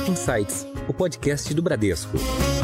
Insights, o podcast do Bradesco.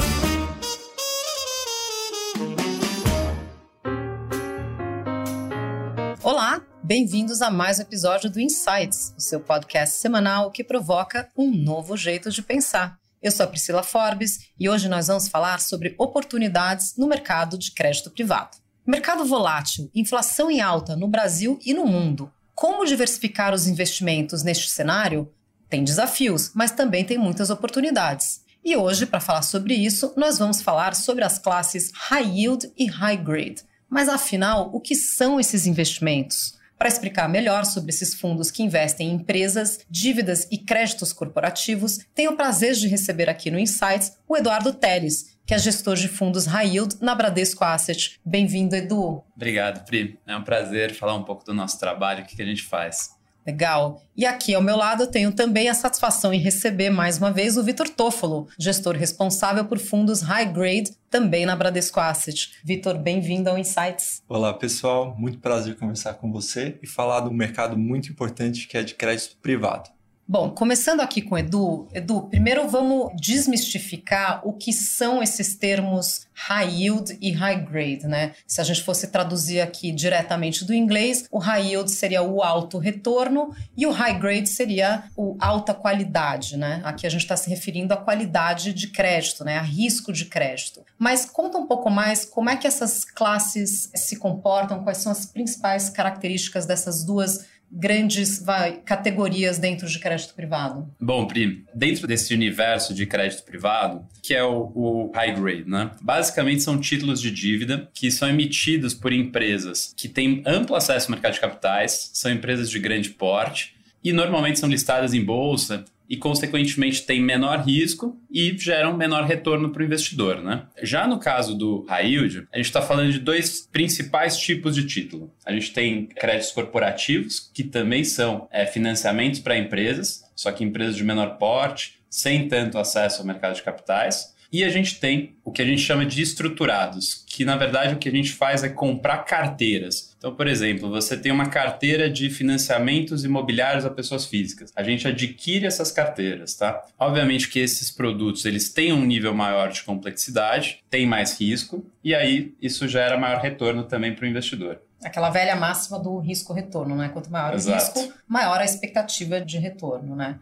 Olá, bem-vindos a mais um episódio do Insights, o seu podcast semanal que provoca um novo jeito de pensar. Eu sou a Priscila Forbes e hoje nós vamos falar sobre oportunidades no mercado de crédito privado. Mercado volátil, inflação em alta no Brasil e no mundo. Como diversificar os investimentos neste cenário? Tem desafios, mas também tem muitas oportunidades. E hoje, para falar sobre isso, nós vamos falar sobre as classes High Yield e High Grade. Mas afinal, o que são esses investimentos? Para explicar melhor sobre esses fundos que investem em empresas, dívidas e créditos corporativos, tenho o prazer de receber aqui no Insights o Eduardo Teles, que é gestor de fundos High Yield na Bradesco Asset. Bem-vindo, Edu. Obrigado, Pri. É um prazer falar um pouco do nosso trabalho, o que a gente faz. Legal. E aqui ao meu lado eu tenho também a satisfação em receber mais uma vez o Vitor Toffolo, gestor responsável por fundos High Grade, também na Bradesco Asset. Vitor, bem-vindo ao Insights. Olá, pessoal. Muito prazer conversar com você e falar de um mercado muito importante que é de crédito privado. Bom, começando aqui com o Edu. Edu, primeiro vamos desmistificar o que são esses termos High Yield e High Grade, né? Se a gente fosse traduzir aqui diretamente do inglês, o High Yield seria o alto retorno e o High Grade seria o alta qualidade, né? Aqui a gente está se referindo à qualidade de crédito, né? A risco de crédito. Mas conta um pouco mais como é que essas classes se comportam, quais são as principais características dessas duas grandes categorias dentro de crédito privado? Bom, Pri, dentro desse universo de crédito privado, que é o high grade, né? Basicamente são títulos de dívida que são emitidos por empresas que têm amplo acesso ao mercado de capitais, são empresas de grande porte e normalmente são listadas em bolsa e, consequentemente, têm menor risco e geram menor retorno para o investidor, né? Já no caso do High Yield, a gente está falando de dois principais tipos de título. A gente tem créditos corporativos, que também são financiamentos para empresas, só que empresas de menor porte, sem tanto acesso ao mercado de capitais. E a gente tem o que a gente chama de estruturados, que na verdade o que a gente faz é comprar carteiras. Então, por exemplo, você tem uma carteira de financiamentos imobiliários a pessoas físicas. A gente adquire essas carteiras, tá? Obviamente que esses produtos, eles têm um nível maior de complexidade, têm mais risco, e aí isso gera maior retorno também para o investidor. Aquela velha máxima do risco-retorno, né? Quanto maior Exato. o risco, maior a expectativa de retorno, né?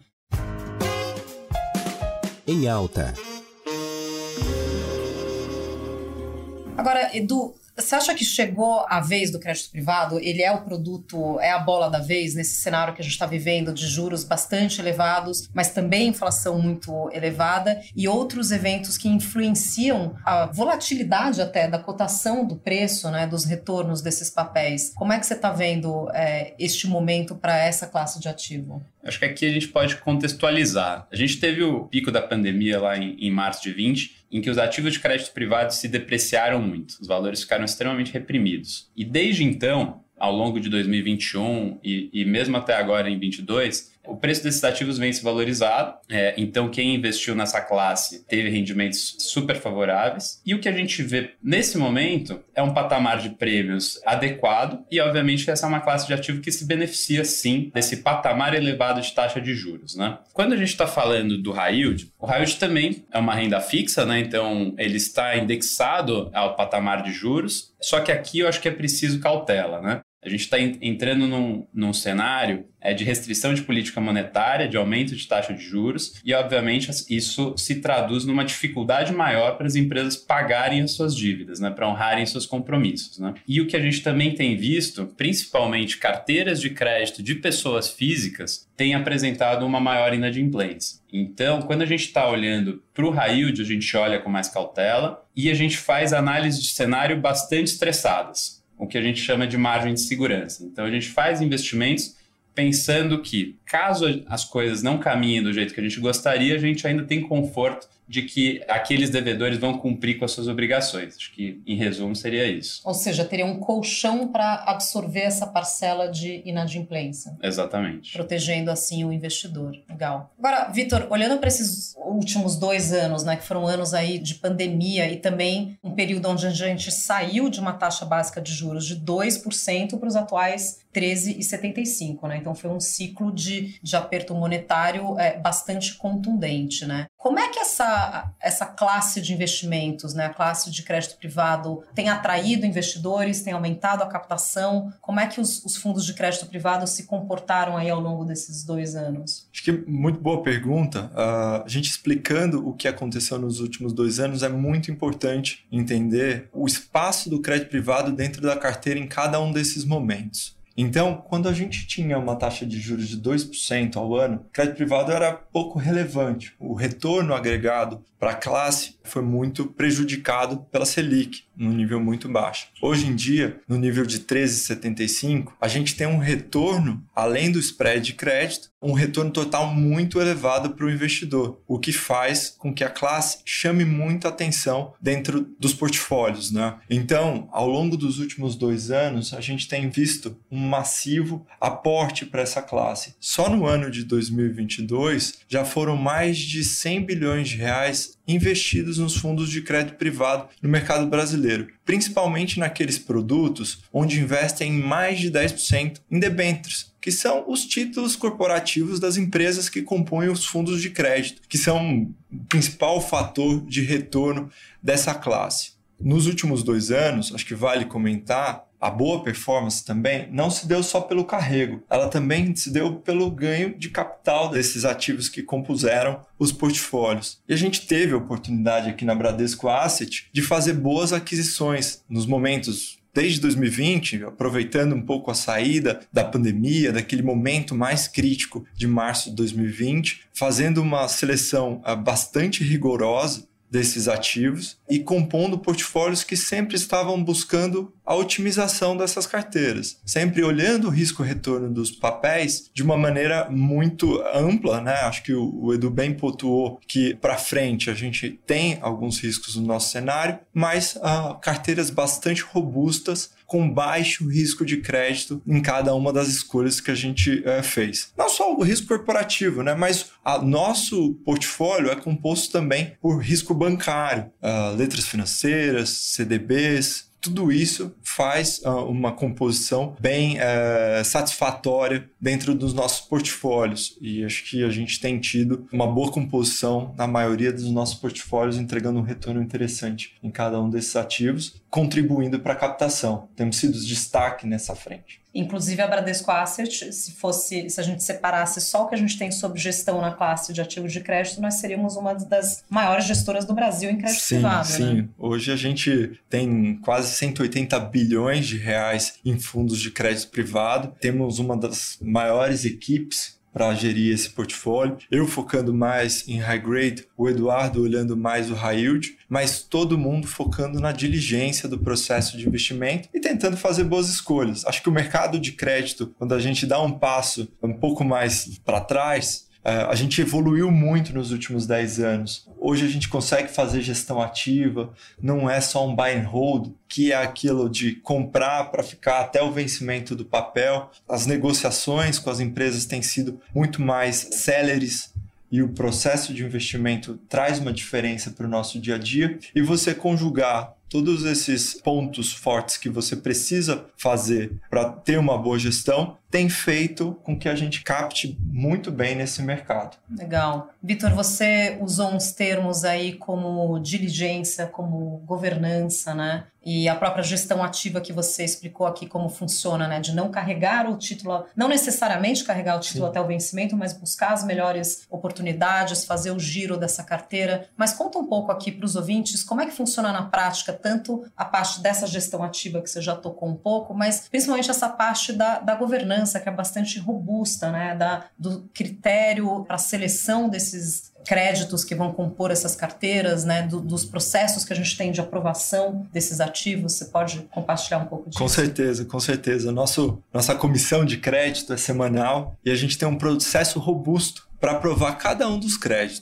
Em alta. Agora, Edu, você acha que chegou a vez do crédito privado? Ele é o produto, é a bola da vez nesse cenário que a gente está vivendo de juros bastante elevados, mas também inflação muito elevada e outros eventos que influenciam a volatilidade até da cotação do preço, né, dos retornos desses papéis. Como é que você está vendo este momento para essa classe de ativo? Acho que aqui a gente pode contextualizar. A gente teve o pico da pandemia lá em março de 20, em que os ativos de crédito privado se depreciaram muito. Os valores ficaram extremamente reprimidos. E desde então, ao longo de 2021 e mesmo até agora em 2022, o preço desses ativos vem se valorizado. Então, quem investiu nessa classe teve rendimentos super favoráveis. E o que a gente vê nesse momento é um patamar de prêmios adequado. E, obviamente, essa é uma classe de ativo que se beneficia, sim, desse patamar elevado de taxa de juros, né? Quando a gente está falando do High Yield, o High Yield também é uma renda fixa, né? Então, ele está indexado ao patamar de juros. Só que aqui eu acho que é preciso cautela, né? A gente está entrando num cenário de restrição de política monetária, de aumento de taxa de juros e, obviamente, isso se traduz numa dificuldade maior para as empresas pagarem as suas dívidas, né, para honrarem seus compromissos, né? E o que a gente também tem visto, principalmente carteiras de crédito de pessoas físicas, têm apresentado uma maior inadimplência. Então, quando a gente está olhando para o High Yield, a gente olha com mais cautela e a gente faz análise de cenário bastante estressadas, o que a gente chama de margem de segurança. Então, a gente faz investimentos pensando que, caso as coisas não caminhem do jeito que a gente gostaria, a gente ainda tem conforto de que aqueles devedores vão cumprir com as suas obrigações. Acho que, em resumo, seria isso. Ou seja, teria um colchão para absorver essa parcela de inadimplência. Exatamente. Protegendo, assim, o investidor. Legal. Agora, Vitor, olhando para esses últimos 2 anos, né, que foram anos aí de pandemia e também um período onde a gente saiu de uma taxa básica de juros de 2% para os atuais 13,75, né? Então foi um ciclo de aperto monetário bastante contundente, né? Como é que essa classe de investimentos, né, a classe de crédito privado, tem atraído investidores, tem aumentado a captação? Como é que os fundos de crédito privado se comportaram aí ao longo desses 2 anos? Acho que muito boa pergunta. A gente explicando o que aconteceu nos últimos 2 anos é muito importante entender o espaço do crédito privado dentro da carteira em cada um desses momentos. Então, quando a gente tinha uma taxa de juros de 2% ao ano, o crédito privado era pouco relevante. O retorno agregado para a classe foi muito prejudicado pela Selic, num nível muito baixo. Hoje em dia, no nível de 13,75, a gente tem um retorno, além do spread de crédito, um retorno total muito elevado para o investidor, o que faz com que a classe chame muita atenção dentro dos portfólios, né? Então, ao longo dos últimos 2 anos, a gente tem visto um massivo aporte para essa classe. Só no ano de 2022, já foram mais de 100 bilhões de reais investidos nos fundos de crédito privado no mercado brasileiro, principalmente naqueles produtos onde investem mais de 10% em debêntures, que são os títulos corporativos das empresas que compõem os fundos de crédito, que são o principal fator de retorno dessa classe. Nos últimos 2 anos, acho que vale comentar, a boa performance também não se deu só pelo carrego, ela também se deu pelo ganho de capital desses ativos que compuseram os portfólios. E a gente teve a oportunidade aqui na Bradesco Asset de fazer boas aquisições nos momentos desde 2020, aproveitando um pouco a saída da pandemia, daquele momento mais crítico de março de 2020, fazendo uma seleção bastante rigorosa desses ativos e compondo portfólios que sempre estavam buscando a otimização dessas carteiras, sempre olhando o risco-retorno dos papéis de uma maneira muito ampla, né? Acho que o Edu bem pontuou que para frente a gente tem alguns riscos no nosso cenário, mas carteiras bastante robustas, com baixo risco de crédito em cada uma das escolhas que a gente fez. Não só o risco corporativo, né? Mas nosso portfólio é composto também por risco bancário, letras financeiras, CDBs. Tudo isso faz uma composição bem satisfatória dentro dos nossos portfólios e acho que a gente tem tido uma boa composição na maioria dos nossos portfólios, entregando um retorno interessante em cada um desses ativos, contribuindo para a captação. Temos sido destaque nessa frente. Inclusive a Bradesco Asset, se a gente separasse só o que a gente tem sobre gestão na classe de ativos de crédito, nós seríamos uma das maiores gestoras do Brasil em crédito privado. Sim, né? Hoje a gente tem quase 180 bilhões de reais em fundos de crédito privado. Temos uma das maiores equipes para gerir esse portfólio. Eu focando mais em high grade, o Eduardo olhando mais o high yield, mas todo mundo focando na diligência do processo de investimento e tentando fazer boas escolhas. Acho que o mercado de crédito, quando a gente dá um passo um pouco mais para trás, a gente evoluiu muito nos últimos 10 anos. Hoje a gente consegue fazer gestão ativa, não é só um buy and hold, que é aquilo de comprar para ficar até o vencimento do papel. As negociações com as empresas têm sido muito mais céleres e o processo de investimento traz uma diferença para o nosso dia a dia. E você conjugar todos esses pontos fortes que você precisa fazer para ter uma boa gestão tem feito com que a gente capte muito bem nesse mercado. Legal. Vitor, você usou uns termos aí como diligência, como governança, né? E a própria gestão ativa que você explicou aqui como funciona, né? De não carregar o título, não necessariamente carregar o título até o vencimento, mas buscar as melhores oportunidades, fazer o giro dessa carteira. Mas conta um pouco aqui para os ouvintes como é que funciona na prática, tanto a parte dessa gestão ativa que você já tocou um pouco, mas principalmente essa parte da governança, que é bastante robusta, né? Do critério para a seleção desses créditos que vão compor essas carteiras, né? Dos processos que a gente tem de aprovação desses ativos. Você pode compartilhar um pouco disso? Com certeza. Nossa comissão de crédito é semanal e a gente tem um processo robusto para aprovar cada um dos créditos.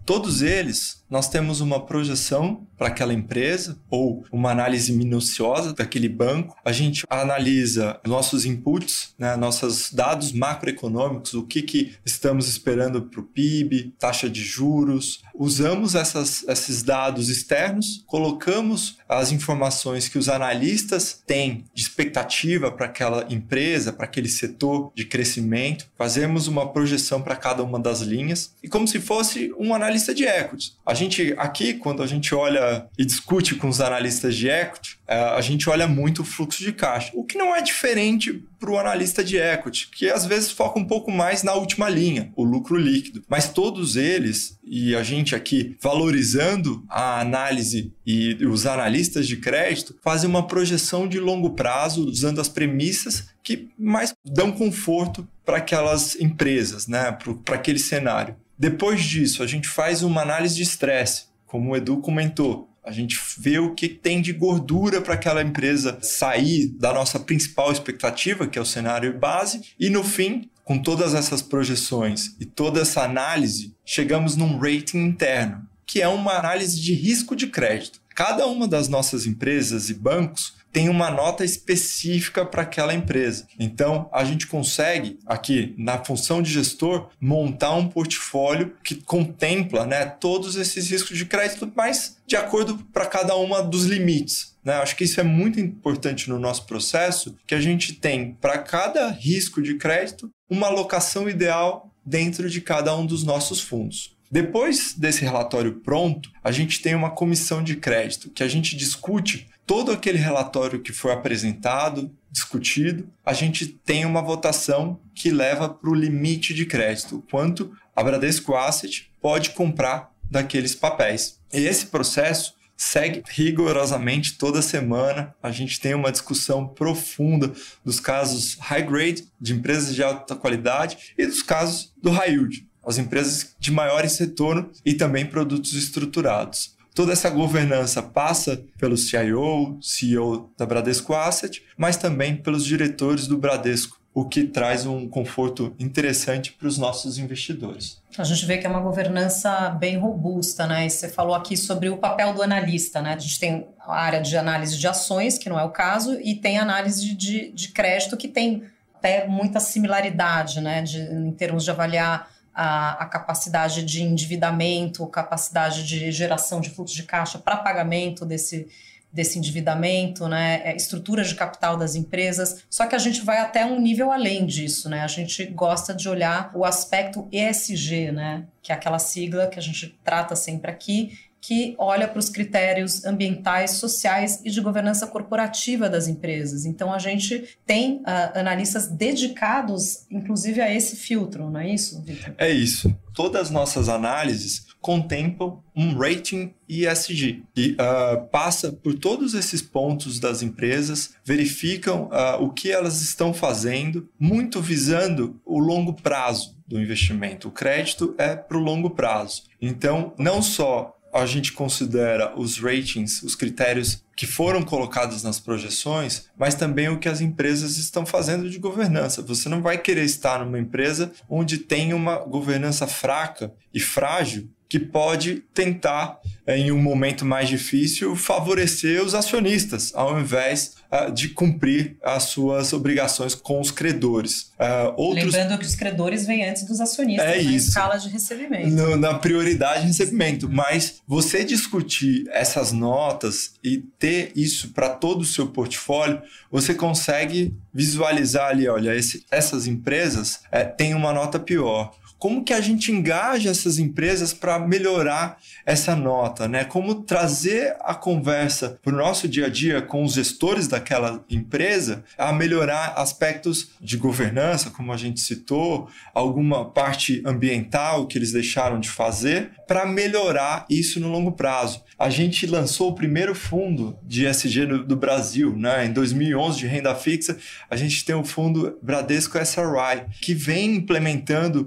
Todos eles, nós temos uma projeção para aquela empresa ou uma análise minuciosa daquele banco. A gente analisa nossos inputs, né, nossos dados macroeconômicos, o que estamos esperando para o PIB, taxa de juros. Usamos esses dados externos, colocamos as informações que os analistas têm de expectativa para aquela empresa, para aquele setor de crescimento, fazemos uma projeção para cada uma das linhas e como se fosse um analista de equity. A gente aqui, quando a gente olha e discute com os analistas de equity, a gente olha muito o fluxo de caixa, o que não é diferente para o analista de equity, que às vezes foca um pouco mais na última linha, o lucro líquido. Mas todos eles, e a gente aqui valorizando a análise e os analistas de crédito, fazem uma projeção de longo prazo usando as premissas que mais dão conforto para aquelas empresas, né? Para aquele cenário. Depois disso, a gente faz uma análise de estresse, como o Edu comentou. A gente vê o que tem de gordura para aquela empresa sair da nossa principal expectativa, que é o cenário base, e no fim, com todas essas projeções e toda essa análise, chegamos num rating interno, que é uma análise de risco de crédito. Cada uma das nossas empresas e bancos tem uma nota específica para aquela empresa. Então, a gente consegue, aqui, na função de gestor, montar um portfólio que contempla, né, todos esses riscos de crédito, mas de acordo para cada uma dos limites. Né? Acho que isso é muito importante no nosso processo, que a gente tem, para cada risco de crédito, uma alocação ideal dentro de cada um dos nossos fundos. Depois desse relatório pronto, a gente tem uma comissão de crédito, que a gente discute todo aquele relatório que foi apresentado, discutido. A gente tem uma votação que leva para o limite de crédito, quanto a Bradesco Asset pode comprar daqueles papéis. E esse processo segue rigorosamente toda semana. A gente tem uma discussão profunda dos casos high grade, de empresas de alta qualidade, e dos casos do high yield, as empresas de maior retorno e também produtos estruturados. Toda essa governança passa pelo CIO, CEO da Bradesco Asset, mas também pelos diretores do Bradesco, o que traz um conforto interessante para os nossos investidores. A gente vê que é uma governança bem robusta, né? E você falou aqui sobre o papel do analista, né? A gente tem a área de análise de ações, que não é o caso, e tem análise de crédito, que tem até muita similaridade, né? Em termos de avaliar a capacidade de endividamento, capacidade de geração de fluxo de caixa para pagamento desse endividamento, né? Estruturas de capital das empresas. Só que a gente vai até um nível além disso, né? A gente gosta de olhar o aspecto ESG, né? Que é aquela sigla que a gente trata sempre aqui, que olha para os critérios ambientais, sociais e de governança corporativa das empresas. Então, a gente tem analistas dedicados, inclusive, a esse filtro, não é isso, Victor? É isso. Todas as nossas análises contemplam um rating ESG, que passa por todos esses pontos das empresas, verificam o que elas estão fazendo, muito visando o longo prazo do investimento. O crédito é para o longo prazo. Então, não só a gente considera os ratings, os critérios que foram colocados nas projeções, mas também o que as empresas estão fazendo de governança. Você não vai querer estar numa empresa onde tem uma governança fraca e frágil que pode tentar, em um momento mais difícil, favorecer os acionistas, ao invés de cumprir as suas obrigações com os credores. Lembrando que os credores vêm antes dos acionistas, na escala de recebimento. Na prioridade de recebimento. Mas você discutir essas notas e ter isso para todo o seu portfólio, você consegue visualizar ali, olha, essas empresas têm uma nota pior. Como que a gente engaja essas empresas para melhorar essa nota, né? Como trazer a conversa para o nosso dia a dia com os gestores daquela empresa a melhorar aspectos de governança, como a gente citou, alguma parte ambiental que eles deixaram de fazer, para melhorar isso no longo prazo. A gente lançou o primeiro fundo de ESG do Brasil, né? Em 2011, de renda fixa, a gente tem o fundo Bradesco SRI, que vem implementando o best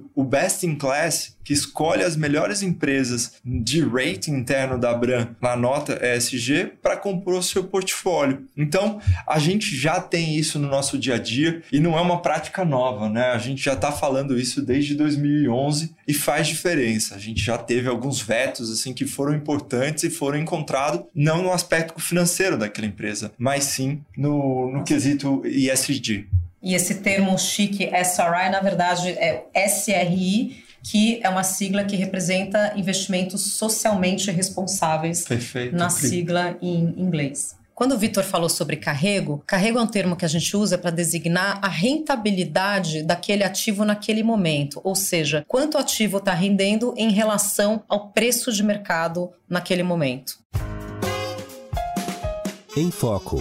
best in class, que escolhe as melhores empresas de rating interno da Abram na nota ESG para compor o seu portfólio. Então, a gente já tem isso no nosso dia a dia e não é uma prática nova, né? A gente já está falando isso desde 2011 e faz diferença. A gente já teve alguns vetos assim, que foram importantes e foram encontrados não no aspecto financeiro daquela empresa, mas sim no quesito ESG. E esse termo chique SRI, na verdade, é SRI, que é uma sigla que representa investimentos socialmente responsáveis. Perfeito, na sigla em inglês. Quando o Vitor falou sobre carrego é um termo que a gente usa para designar a rentabilidade daquele ativo naquele momento, ou seja, quanto o ativo está rendendo em relação ao preço de mercado naquele momento. Em Foco.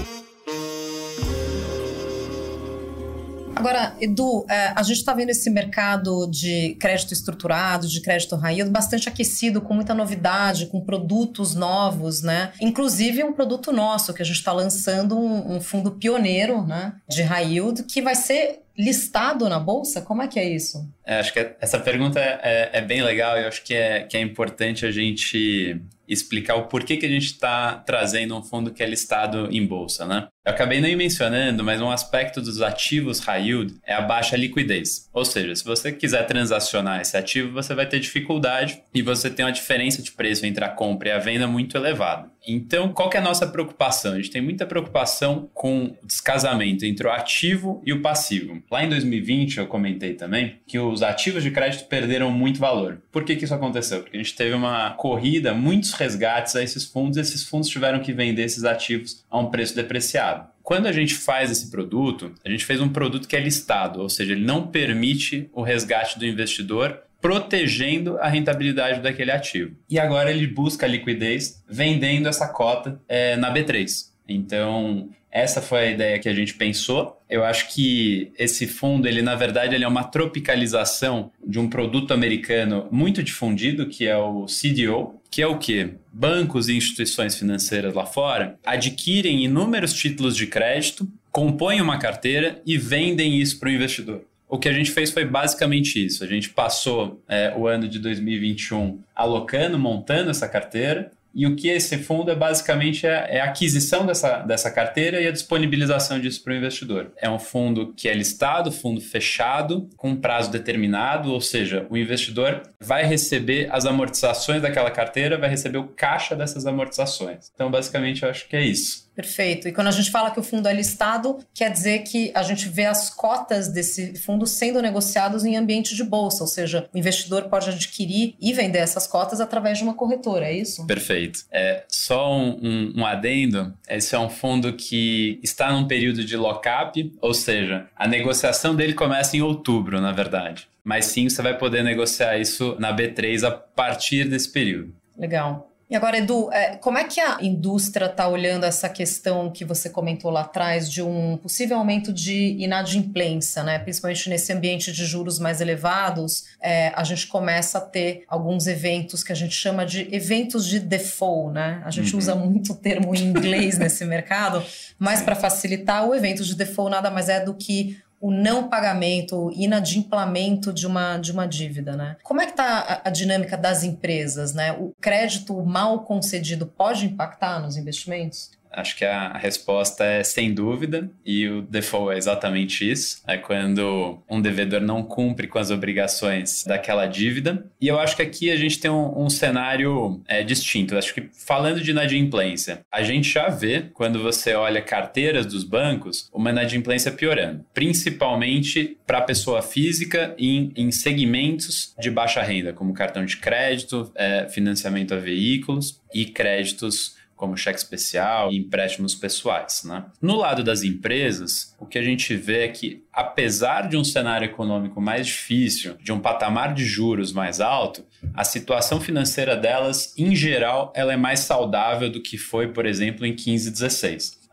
Agora, Edu, a gente está vendo esse mercado de crédito estruturado, de crédito high yield, bastante aquecido, com muita novidade, com produtos novos, né? Inclusive um produto nosso, que a gente está lançando um fundo pioneiro, né, de high yield, que vai ser listado na Bolsa? Como é que é isso? Acho que essa pergunta é bem legal e eu acho que é importante a gente explicar o porquê que a gente está trazendo um fundo que é listado em Bolsa, né? Eu acabei nem mencionando, mas um aspecto dos ativos high yield é a baixa liquidez. Ou seja, se você quiser transacionar esse ativo, você vai ter dificuldade e você tem uma diferença de preço entre a compra e a venda muito elevada. Então, qual que é a nossa preocupação? A gente tem muita preocupação com o descasamento entre o ativo e o passivo. Lá em 2020, eu comentei também que os ativos de crédito perderam muito valor. Por que isso aconteceu? Porque a gente teve uma corrida, muitos resgates a esses fundos tiveram que vender esses ativos a um preço depreciado. Quando a gente faz esse produto, a gente fez um produto que é listado, ou seja, ele não permite o resgate do investidor, protegendo a rentabilidade daquele ativo. E agora ele busca a liquidez vendendo essa cota na B3. Então, essa foi a ideia que a gente pensou. Eu acho que esse fundo, ele na verdade, ele é uma tropicalização de um produto americano muito difundido, que é o CDO, que é o quê? Bancos e instituições financeiras lá fora adquirem inúmeros títulos de crédito, compõem uma carteira e vendem isso para o investidor. O que a gente fez foi basicamente isso. A gente passou o ano de 2021 alocando, montando essa carteira. E o que esse fundo é basicamente a aquisição dessa carteira e a disponibilização disso para o investidor. É um fundo que é listado, fundo fechado, com um prazo determinado, ou seja, o investidor vai receber as amortizações daquela carteira, vai receber o caixa dessas amortizações. Então, basicamente, eu acho que é isso. Perfeito. E quando a gente fala que o fundo é listado, quer dizer que a gente vê as cotas desse fundo sendo negociados em ambiente de bolsa, ou seja, o investidor pode adquirir e vender essas cotas através de uma corretora, é isso? Perfeito. Só um adendo, esse é um fundo que está num período de lock-up, ou seja, a negociação dele começa em outubro, na verdade. Mas sim, você vai poder negociar isso na B3 a partir desse período. Legal. E agora, Edu, como é que a indústria está olhando essa questão que você comentou lá atrás de um possível aumento de inadimplência, né? Principalmente nesse ambiente de juros mais elevados, a gente começa a ter alguns eventos que a gente chama de eventos de default, né? A gente usa muito o termo em inglês nesse mercado, mas para facilitar, o evento de default nada mais é do que o não pagamento, o inadimplamento de uma dívida, né? Como é que está a dinâmica das empresas, né? O crédito mal concedido pode impactar nos investimentos? Acho que a resposta é sem dúvida, e o default é exatamente isso. É quando um devedor não cumpre com as obrigações daquela dívida. E eu acho que aqui a gente tem um cenário distinto. Acho que falando de inadimplência, a gente já vê, quando você olha carteiras dos bancos, uma inadimplência piorando. Principalmente para a pessoa física em segmentos de baixa renda, como cartão de crédito, financiamento a veículos e créditos como cheque especial e empréstimos pessoais, né? No lado das empresas, o que a gente vê é que, apesar de um cenário econômico mais difícil, de um patamar de juros mais alto, a situação financeira delas, em geral, ela é mais saudável do que foi, por exemplo, em 15, 16.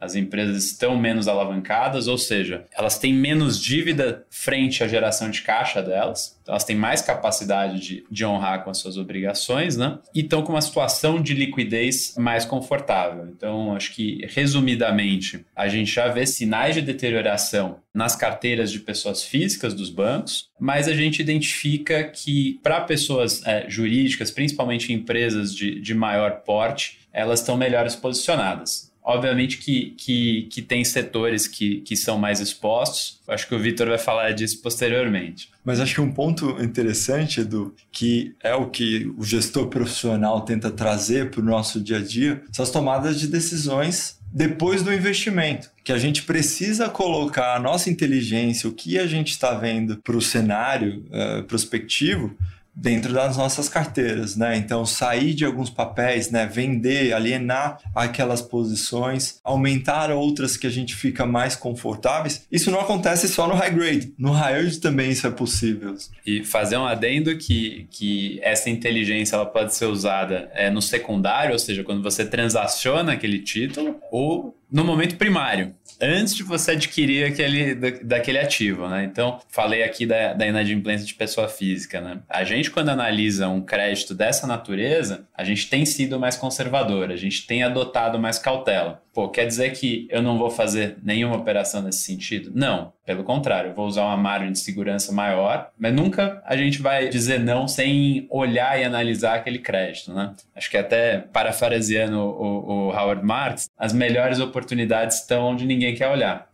As empresas estão menos alavancadas, ou seja, elas têm menos dívida frente à geração de caixa delas. Então, elas têm mais capacidade de honrar com as suas obrigações, né? E estão com uma situação de liquidez mais confortável. Então, acho que, resumidamente, a gente já vê sinais de deterioração nas carteiras de pessoas físicas dos bancos, mas a gente identifica que, para pessoas jurídicas, principalmente empresas de maior porte, elas estão melhores posicionadas. Obviamente que tem setores que são mais expostos. Acho que o Vitor vai falar disso posteriormente. Mas acho que um ponto interessante, Edu, que é o que o gestor profissional tenta trazer para o nosso dia a dia, são as tomadas de decisões depois do investimento, que a gente precisa colocar a nossa inteligência, o que a gente está vendo para o cenário prospectivo, dentro das nossas carteiras, né? Então, sair de alguns papéis, né? Vender, alienar aquelas posições, aumentar outras que a gente fica mais confortáveis. Isso não acontece só no high grade. No high yield também isso é possível. E fazer um adendo que essa inteligência ela pode ser usada no secundário, ou seja, quando você transaciona aquele título, ou no momento primário, antes de você adquirir daquele ativo, né? Então, falei aqui da inadimplência de pessoa física, né? A gente, quando analisa um crédito dessa natureza, a gente tem sido mais conservador, a gente tem adotado mais cautela. Pô, quer dizer que eu não vou fazer nenhuma operação nesse sentido? Não, pelo contrário, eu vou usar uma margem de segurança maior, mas nunca a gente vai dizer não sem olhar e analisar aquele crédito, né? Acho que até parafraseando o Howard Marks, as melhores oportunidades estão onde ninguém quer olhar.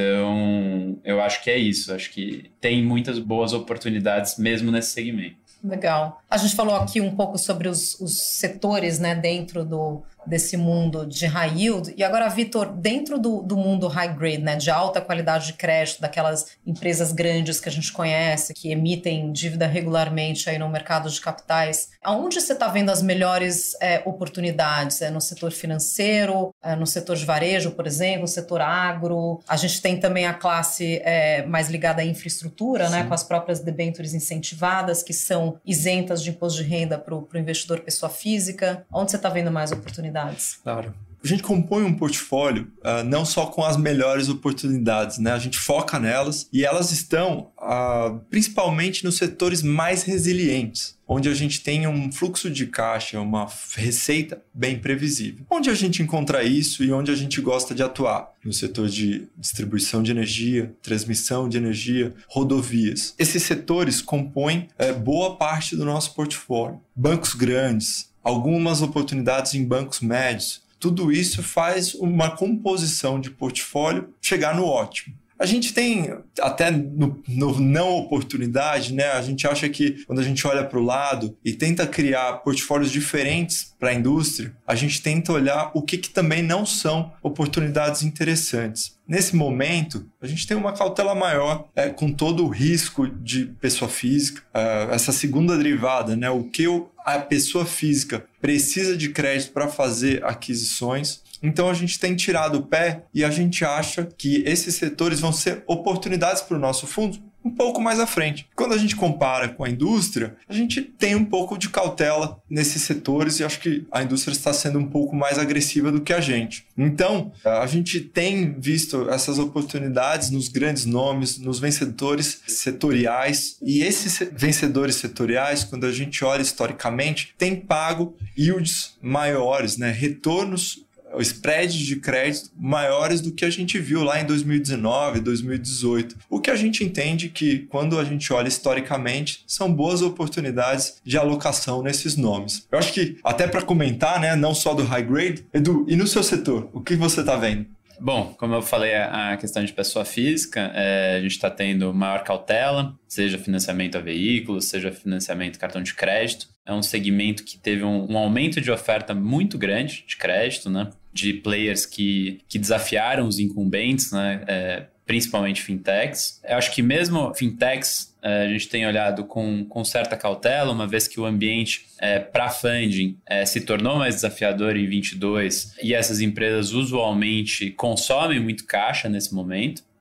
Então, eu acho que é isso. Acho que tem muitas boas oportunidades mesmo nesse segmento. Legal. A gente falou aqui um pouco sobre os setores, né, dentro desse mundo de high yield. E agora, Vitor, dentro do mundo high grade, né, de alta qualidade de crédito, daquelas empresas grandes que a gente conhece, que emitem dívida regularmente aí no mercado de capitais, aonde você está vendo as melhores oportunidades? No setor financeiro, no setor de varejo, por exemplo, no setor agro? A gente tem também a classe mais ligada à infraestrutura, né, com as próprias debêntures incentivadas, que são isentas de imposto de renda para o investidor pessoa física. Onde você está vendo mais oportunidades? Claro. A gente compõe um portfólio não só com as melhores oportunidades, né? A gente foca nelas e elas estão principalmente nos setores mais resilientes, onde a gente tem um fluxo de caixa, uma receita bem previsível. Onde a gente encontra isso e onde a gente gosta de atuar? No setor de distribuição de energia, transmissão de energia, rodovias. Esses setores compõem boa parte do nosso portfólio. Bancos grandes, algumas oportunidades em bancos médios. Tudo isso faz uma composição de portfólio chegar no ótimo. A gente tem, até no não oportunidade, né? A gente acha que quando a gente olha para o lado e tenta criar portfólios diferentes para a indústria, a gente tenta olhar o que também não são oportunidades interessantes. Nesse momento, a gente tem uma cautela maior com todo o risco de pessoa física, essa segunda derivada, né? O que a pessoa física precisa de crédito para fazer aquisições. Então, a gente tem tirado o pé e a gente acha que esses setores vão ser oportunidades para o nosso fundo um pouco mais à frente. Quando a gente compara com a indústria, a gente tem um pouco de cautela nesses setores e acho que a indústria está sendo um pouco mais agressiva do que a gente. Então, a gente tem visto essas oportunidades nos grandes nomes, nos vencedores setoriais, e esses vencedores setoriais, quando a gente olha historicamente, têm pago yields maiores, né? Retornos, spreads de crédito maiores do que a gente viu lá em 2019, 2018. O que a gente entende que, quando a gente olha historicamente, são boas oportunidades de alocação nesses nomes. Eu acho que, até para comentar, né, não só do high grade, Edu, e no seu setor, o que você está vendo? Bom, como eu falei, a questão de pessoa física, a gente está tendo maior cautela, seja financiamento a veículos, seja financiamento cartão de crédito. É um segmento que teve um aumento de oferta muito grande de crédito, né? De players que desafiaram os incumbentes, né? Principalmente fintechs. Eu acho que mesmo fintechs, a gente tem olhado com certa cautela, uma vez que o ambiente para funding se tornou mais desafiador em 2022 e essas empresas usualmente consomem muito caixa nesse momento.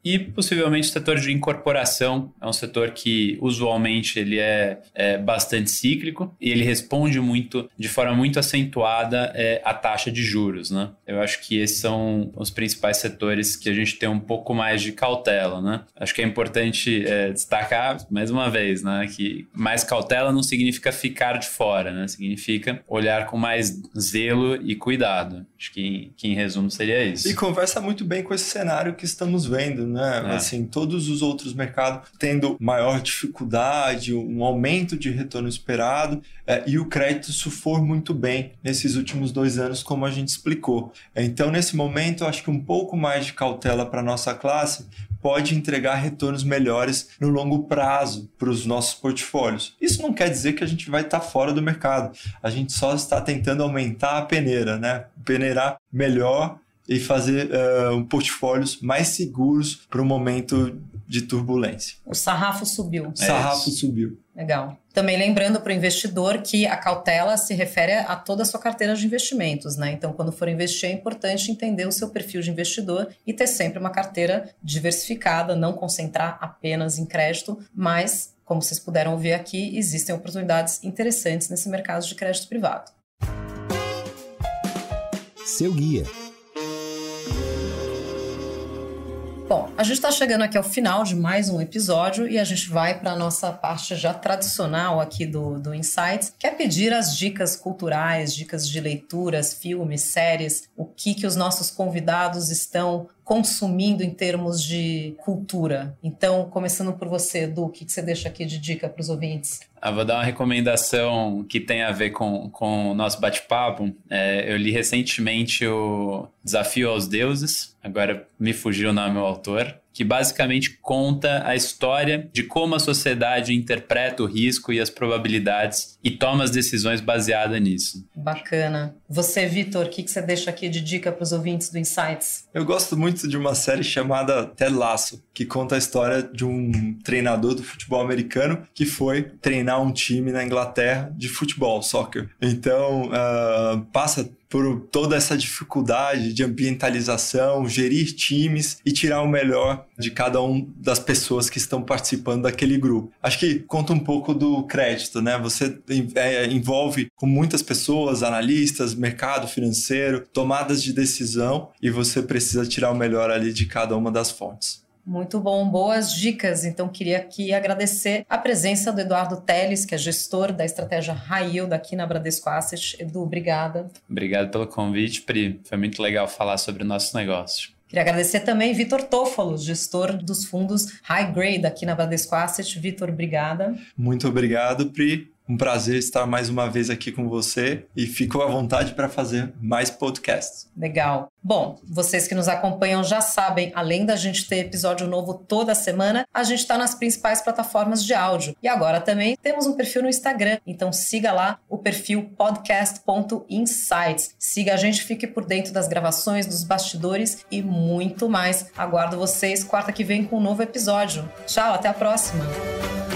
E possivelmente o setor de incorporação é um setor que usualmente ele é bastante cíclico e ele responde muito, de forma muito acentuada, à taxa de juros, né? Eu acho que esses são os principais setores que a gente tem um pouco mais de cautela, né? Acho que é importante destacar, mais uma vez, né, que mais cautela não significa ficar de fora, né? Significa olhar com mais zelo e cuidado. Acho que em resumo seria isso. E conversa muito bem com esse cenário que estamos vendo, né? Assim, todos os outros mercados tendo maior dificuldade, um aumento de retorno esperado, e o crédito surfou muito bem nesses últimos 2 anos, como a gente explicou. Então, nesse momento, eu acho que um pouco mais de cautela para a nossa classe pode entregar retornos melhores no longo prazo para os nossos portfólios. Isso não quer dizer que a gente vai estar fora do mercado. A gente só está tentando aumentar a peneira, né? Peneirar melhor e fazer portfólios mais seguros para o momento de turbulência. O sarrafo subiu. Sarrafo subiu. Legal. Também lembrando para o investidor que a cautela se refere a toda a sua carteira de investimentos, né? Então, quando for investir, é importante entender o seu perfil de investidor e ter sempre uma carteira diversificada, não concentrar apenas em crédito, mas, como vocês puderam ver aqui, existem oportunidades interessantes nesse mercado de crédito privado. Seu guia. Bom, a gente está chegando aqui ao final de mais um episódio e a gente vai para a nossa parte já tradicional aqui do Insights, que é pedir as dicas culturais, dicas de leituras, filmes, séries, o que os nossos convidados estão consumindo em termos de cultura. Então, começando por você, Edu, o que você deixa aqui de dica para os ouvintes? Vou dar uma recomendação que tem a ver com o nosso bate-papo. Eu li recentemente o Desafio aos Deuses, agora me fugiu o nome do autor, que basicamente conta a história de como a sociedade interpreta o risco e as probabilidades e toma as decisões baseadas nisso. Bacana. Você, Vitor, o que você deixa aqui de dica para os ouvintes do Insights? Eu gosto muito de uma série chamada Ted Lasso, que conta a história de um treinador do futebol americano que foi treinar um time na Inglaterra de futebol, soccer. Então, passa por toda essa dificuldade de ambientalização, gerir times e tirar o melhor de cada um das pessoas que estão participando daquele grupo. Acho que conta um pouco do crédito, né? Você envolve com muitas pessoas, analistas, mercado financeiro, tomadas de decisão e você precisa tirar o melhor ali de cada uma das fontes. Muito bom, boas dicas. Então, queria aqui agradecer a presença do Eduardo Teles, que é gestor da estratégia High Yield aqui na Bradesco Asset. Edu, obrigada. Obrigado pelo convite, Pri. Foi muito legal falar sobre o nosso negócio. Queria agradecer também Vitor Toffolo, gestor dos fundos High Grade aqui na Bradesco Asset. Vitor, obrigada. Muito obrigado, Pri. Um prazer estar mais uma vez aqui com você e fico à vontade para fazer mais podcasts. Legal. Bom, vocês que nos acompanham já sabem, além da gente ter episódio novo toda semana, a gente está nas principais plataformas de áudio. E agora também temos um perfil no Instagram, então siga lá o perfil podcast.insights. Siga a gente, fique por dentro das gravações, dos bastidores e muito mais. Aguardo vocês quarta que vem com um novo episódio. Tchau, até a próxima!